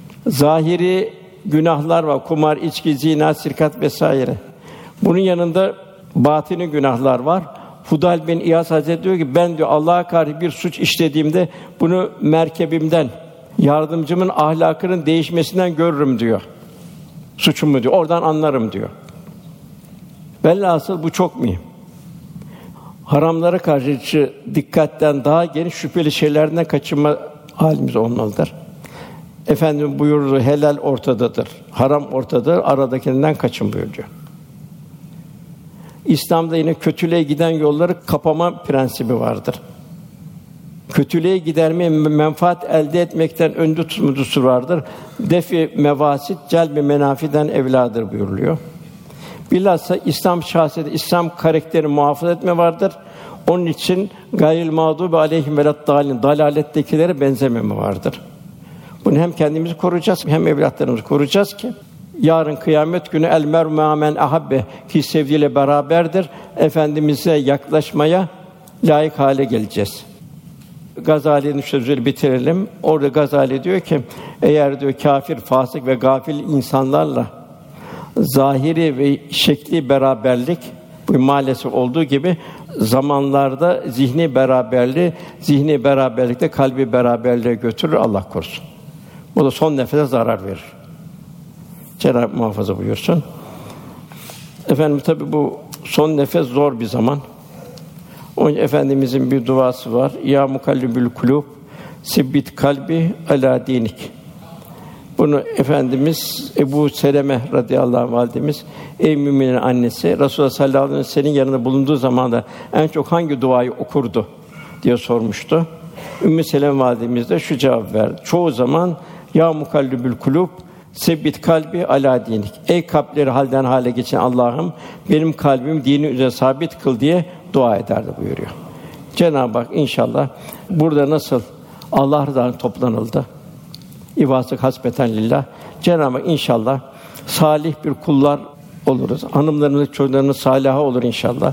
B: Zahiri günahlar var. Kumar, içki, zina, sirkat vesaire. Bunun yanında batini günahlar var. Fudayl bin İyaz Hazretleri diyor ki ben diyor Allah'a karşı bir suç işlediğimde bunu merkebimden, yardımcımın ahlakının değişmesinden görürüm diyor. Suçumu diyor. Oradan anlarım diyor. Velhasıl bu çok mühim. Haramlara karşı dikkatten daha geniş şüpheli şeylerden kaçınma halimiz olmalıdır. Efendim buyurdu helal ortadadır, haram ortadadır, aradakinden kaçın buyuruyor. İslam'da yine kötülüğe giden yolları kapama prensibi vardır. Kötülüğe gidermeye menfaat elde etmekten önde tutması vardır. Defi mevasit celbi menafiden evladır buyuruluyor. Bilhassa İslam şahsiyeti, İslam karakteri muhafaza etme vardır. Onun için gayril mağdubi aleyhim veleddâlin dalalettekilere benzememe vardır. Bunu hem kendimizi koruyacağız hem evlatlarımızı koruyacağız ki yarın kıyamet günü el mer'u me'a men ahabbe ki sevdiğiyle beraberdir. Efendimize yaklaşmaya layık hale geleceğiz. Gazali'nin sözünü bitirelim. Orada Gazali diyor ki eğer diyor kâfir, fasık ve gafil insanlarla zahiri ve şekli beraberlik bu maalesef olduğu gibi zamanlarda zihni beraberlikte kalbi beraberliğe götürür Allah korusun. Bu da son nefese zarar verir. Cenab-ı muhafaza buyursun. Efendim tabii bu son nefes zor bir zaman. Onun Efendimizin bir duası var. Ya mukallibül kulûb sibbit kalbi alâ dînik. Bunu Efendimiz Ebu Seleme radıyallahu anh validemiz ey müminin annesi Resulullah sallallahu aleyhi ve sellem senin yanında bulunduğu zamanda en çok hangi duayı okurdu diye sormuştu. Ümmü Seleme validemiz de şu cevap verdi. Çoğu zaman ya mukallibül kulûb sebbit kalbi alâ dînik. Ey kalpleri halden hale geçen Allah'ım benim kalbimi dinin üzerine sabit kıl diye dua ederdi buyuruyor. Cenab-ı Hak inşallah burada nasıl Allah rızasına toplanıldı. İvasık hasbeten lillah. Cenab-ı Hak inşallah salih bir kullar oluruz. Hanımlarımız, çocuklarımız salihâ olur inşallah.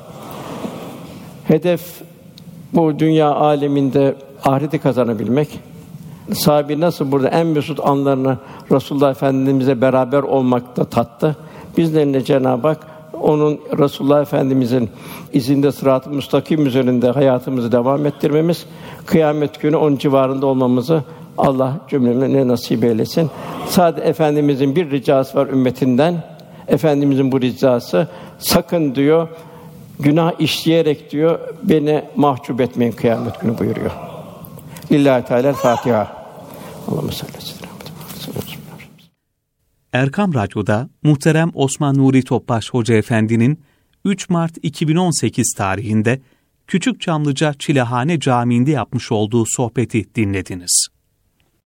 B: Hedef bu dünya aleminde ahireti kazanabilmek. Sahabe nasıl burada en mesut anlarını Resulullah Efendimiz'e beraber olmakta tattı. Bizlerin de Cenab-ı Hak onun Resulullah Efendimiz'in izinde sırat-ı müstakim üzerinde hayatımızı devam ettirmemiz, kıyamet günü onun civarında olmamızı Allah cümlemize nasip eylesin. Sadece Efendimizin bir ricası var ümmetinden. Efendimizin bu ricası, sakın diyor, günah işleyerek diyor, beni mahcup etmeyin kıyamet günü buyuruyor. Lillahi Teala Fatiha. Allahümme salli aleyhi ve sellem.
A: Erkam Radyo'da muhterem Osman Nuri Topbaş Hoca Efendi'nin 3 Mart 2018 tarihinde Küçükçamlıca Çilehane Camii'nde yapmış olduğu sohbeti dinlediniz.